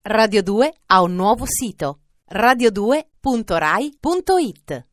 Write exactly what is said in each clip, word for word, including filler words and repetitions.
Radio due ha un nuovo sito: radio due punto rai punto it.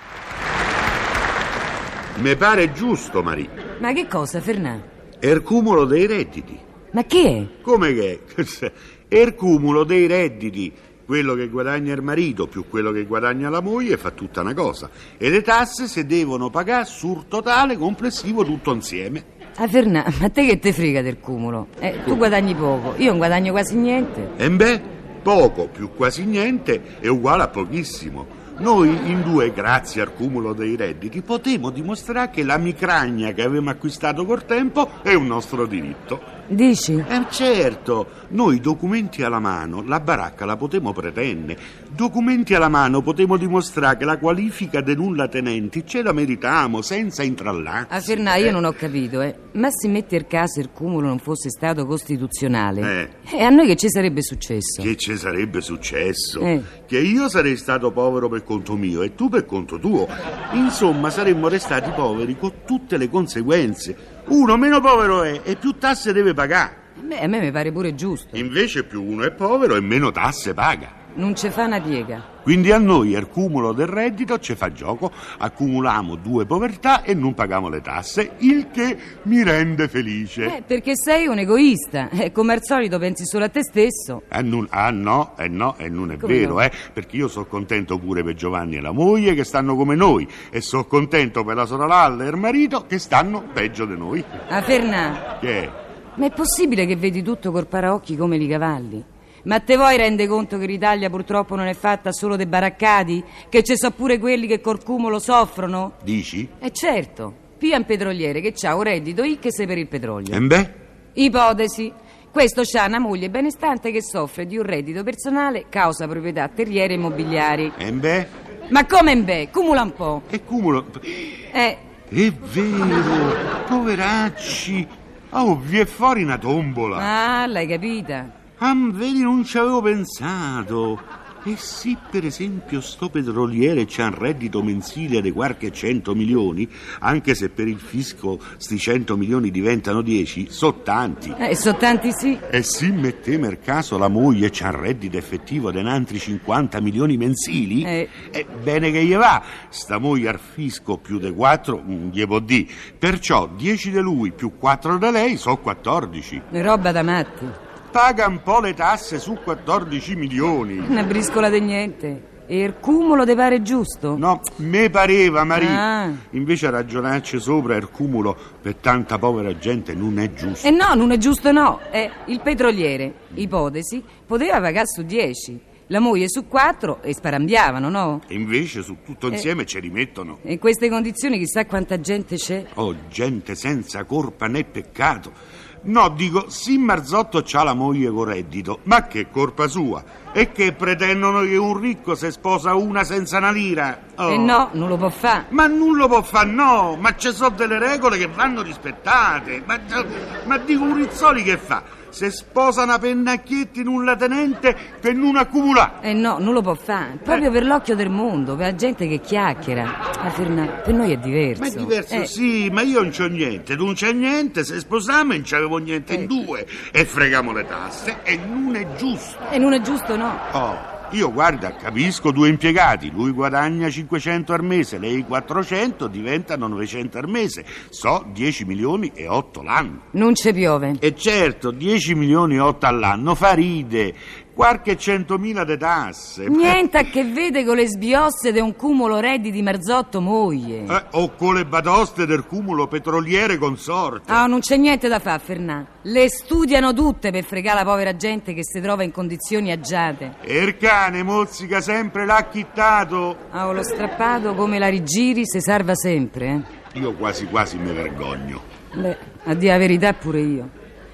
Me pare giusto, Maria. Ma che cosa, Fernà? È il cumulo dei redditi. Ma che è? Come che è? È il cumulo dei redditi. Quello che guadagna il marito più quello che guadagna la moglie fa tutta una cosa. E le tasse si devono pagare sul totale complessivo tutto insieme. Ah, Fernà, ma te che te frega del cumulo? Eh, tu guadagni poco, io non guadagno quasi niente. E beh, poco più quasi niente è uguale a pochissimo. Noi in due, grazie al cumulo dei redditi, potremo dimostrare che la micragna che avevamo acquistato col tempo è un nostro diritto. Dici? Eh certo, noi documenti alla mano, la baracca la potremo pretendere. Documenti alla mano potremo dimostrare che la qualifica dei nullatenenti ce la meritiamo senza intrallarsi. Ah, Fernà, io non ho capito, eh. Ma se mette il caso il cumulo non fosse stato costituzionale, Eh. eh, a noi che ci sarebbe successo? Che ci sarebbe successo? Eh. Che io sarei stato povero per conto mio e tu per conto tuo. Insomma, saremmo restati poveri con tutte le conseguenze. Uno meno povero è e più tasse deve pagare. Beh, a me mi pare pure giusto. Invece più uno è povero e meno tasse paga. Non ci fa una piega. Quindi a noi il cumulo del reddito ci fa gioco, accumuliamo due povertà e non paghiamo le tasse, il che mi rende felice. Eh, perché sei un egoista. Eh, come al solito pensi solo a te stesso. Eh, non, ah no, eh no, e eh, non è Come vero, no? eh, perché io sono contento pure per Giovanni e la moglie che stanno come noi e sono contento per la sorella e il marito che stanno peggio di noi. Ah, Fernà, Che è? ma è possibile che vedi tutto col paraocchi come i cavalli? Ma te vuoi rende conto che l'Italia purtroppo non è fatta solo dei baraccati? Che ci sono pure quelli che col cumulo soffrono? Dici? E certo, pia un petroliere che c'ha un reddito X per il petrolio. E beh? Ipotesi, questo c'ha una moglie benestante che soffre di un reddito personale causa proprietà terriere e immobiliari. E beh? Ma come in beh? Cumula un po'. E cumulo... Eh, È vero, poveracci. Oh, vi è fuori una tombola. ah, l'hai capita? Ah, vedi, non ci avevo pensato. E se per esempio sto petroliere c'ha un reddito mensile di qualche cento milioni, anche se per il fisco sti cento milioni diventano dieci, so tanti. Eh, so tanti sì. E se metteme il caso la moglie c'ha un reddito effettivo di altri cinquanta milioni mensili, Eh. è bene che gli va. Sta moglie al fisco più di quattro, non gli può dire. Perciò dieci di lui più quattro di lei so quattordici. Roba da matti. Paga un po' le tasse su quattordici milioni. Una briscola di niente. E il cumulo te pare giusto? No, me pareva, Maria. Ah. Invece a ragionarci sopra il cumulo per tanta povera gente non è giusto. E no, non è giusto no. Eh, il petroliere, ipotesi, poteva pagare su dieci. La moglie su quattro e sparambiavano, no? E invece su tutto insieme ci rimettono. E in queste condizioni chissà quanta gente c'è. Oh, gente senza colpa né peccato. No, dico, sì, Marzotto c'ha la moglie con reddito, ma che colpa sua? E che pretendono che un ricco se sposa una senza una lira? Oh. E no, non lo può fare. Ma non lo può fare, no, ma ci sono delle regole che vanno rispettate. Ma, ma dico, un Rizzoli che fa? Se sposa una pennacchietta in un latenente per non accumulare. E no, non lo può fare. Proprio per l'occhio del mondo, per la gente che chiacchiera. Ma Fernà, per noi è diverso. Ma è diverso, Eh, sì, ma io non c'ho niente, tu non c'hai niente, se sposiamo non c'avevo niente in Ecco. due e freghiamo le tasse e non è giusto. E non è giusto, no. Oh, io guarda, capisco due impiegati, lui guadagna cinquecento al mese, lei quattrocento, diventano novecento al mese, so dieci milioni e otto l'anno. Non ci piove. E certo, dieci milioni e otto all'anno fa ride, qualche centomila de tasse. Niente a che vede con le sbiosse di un cumulo redditi Marzotto moglie. Eh, o con le batoste del cumulo petroliere consorte. Ah, non c'è niente da fare, Fernà. Le studiano tutte per fregare la povera gente che si trova in condizioni agiate. E il cane mozzica sempre l'ha chittato. Ah, lo strappato come la rigiri si salva sempre, eh. Io quasi quasi mi vergogno. Beh, a dire la verità pure io.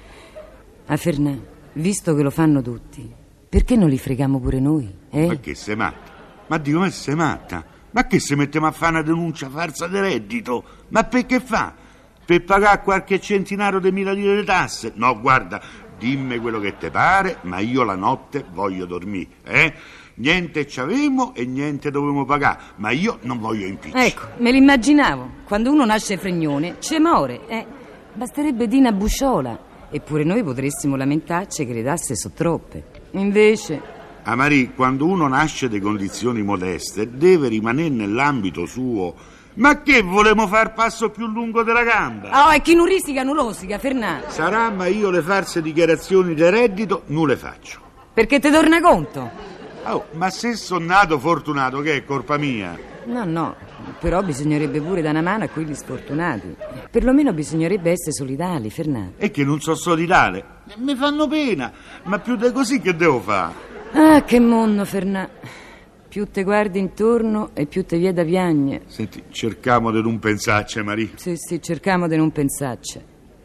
Ah, Fernà, visto che lo fanno tutti, perché non li freghiamo pure noi, eh? Ma che sei matta? Ma dico, ma sei matta? Ma che se mettiamo a fare una denuncia falsa di reddito? Ma perché fa? Per pagare qualche centinaio di mila lire di tasse? No, guarda, dimmi quello che te pare, ma io la notte voglio dormire, eh? Niente c'avemo e niente dovevamo pagare, ma io non voglio impicci. Ecco, me l'immaginavo. Quando uno nasce fregnone, c'è more, eh? Basterebbe dire una busciola. Eppure noi potressimo lamentarci che le tasse sono troppe. Invece... Ah, Marie, quando uno nasce di condizioni modeste deve rimanere nell'ambito suo. Ma che volemo far passo più lungo della gamba? Oh, e chi non risica non rosica, Fernando. Sarà, ma io le false dichiarazioni di reddito non le faccio. Perché ti torna conto? Oh, ma se sono nato fortunato, che è colpa mia? No, no, però bisognerebbe pure dare una mano a quelli sfortunati. Perlomeno bisognerebbe essere solidali, Fernando. E che non so solidale. Mi fanno pena, ma più di così che devo fare? Ah, che mondo, Fernando. Più te guardi intorno e più te viene da piagne. Senti, cercamo di non pensarci, Marie. Sì, sì, cerchiamo di non pensarci.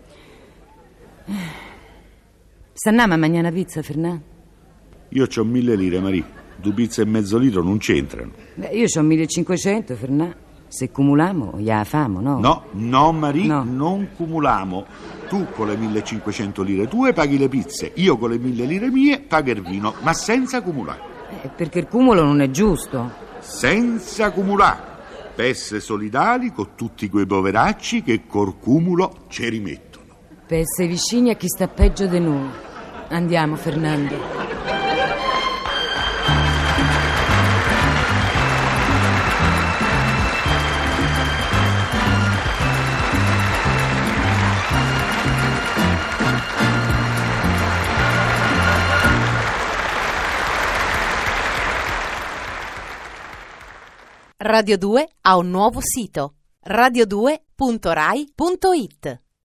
S'andiamo a mangiare una pizza, Fernando? Io c'ho mille lire, Marie. Due pizze e mezzo litro non c'entrano. Beh, io c'ho millecinquecento, Fernando. Se cumuliamo, gliela famo, no? No, no, Marie, No. non cumuliamo. Tu con le millecinquecento lire tue paghi le pizze, io con le mille lire mie pago il vino, ma senza cumulare. Eh, perché il cumulo non è giusto. Senza cumulare. Pesse solidali con tutti quei poveracci che col cumulo ci rimettono. Per essere vicini a chi sta peggio di noi. Andiamo, Fernando. Radio due ha un nuovo sito: radio due punto rai punto it.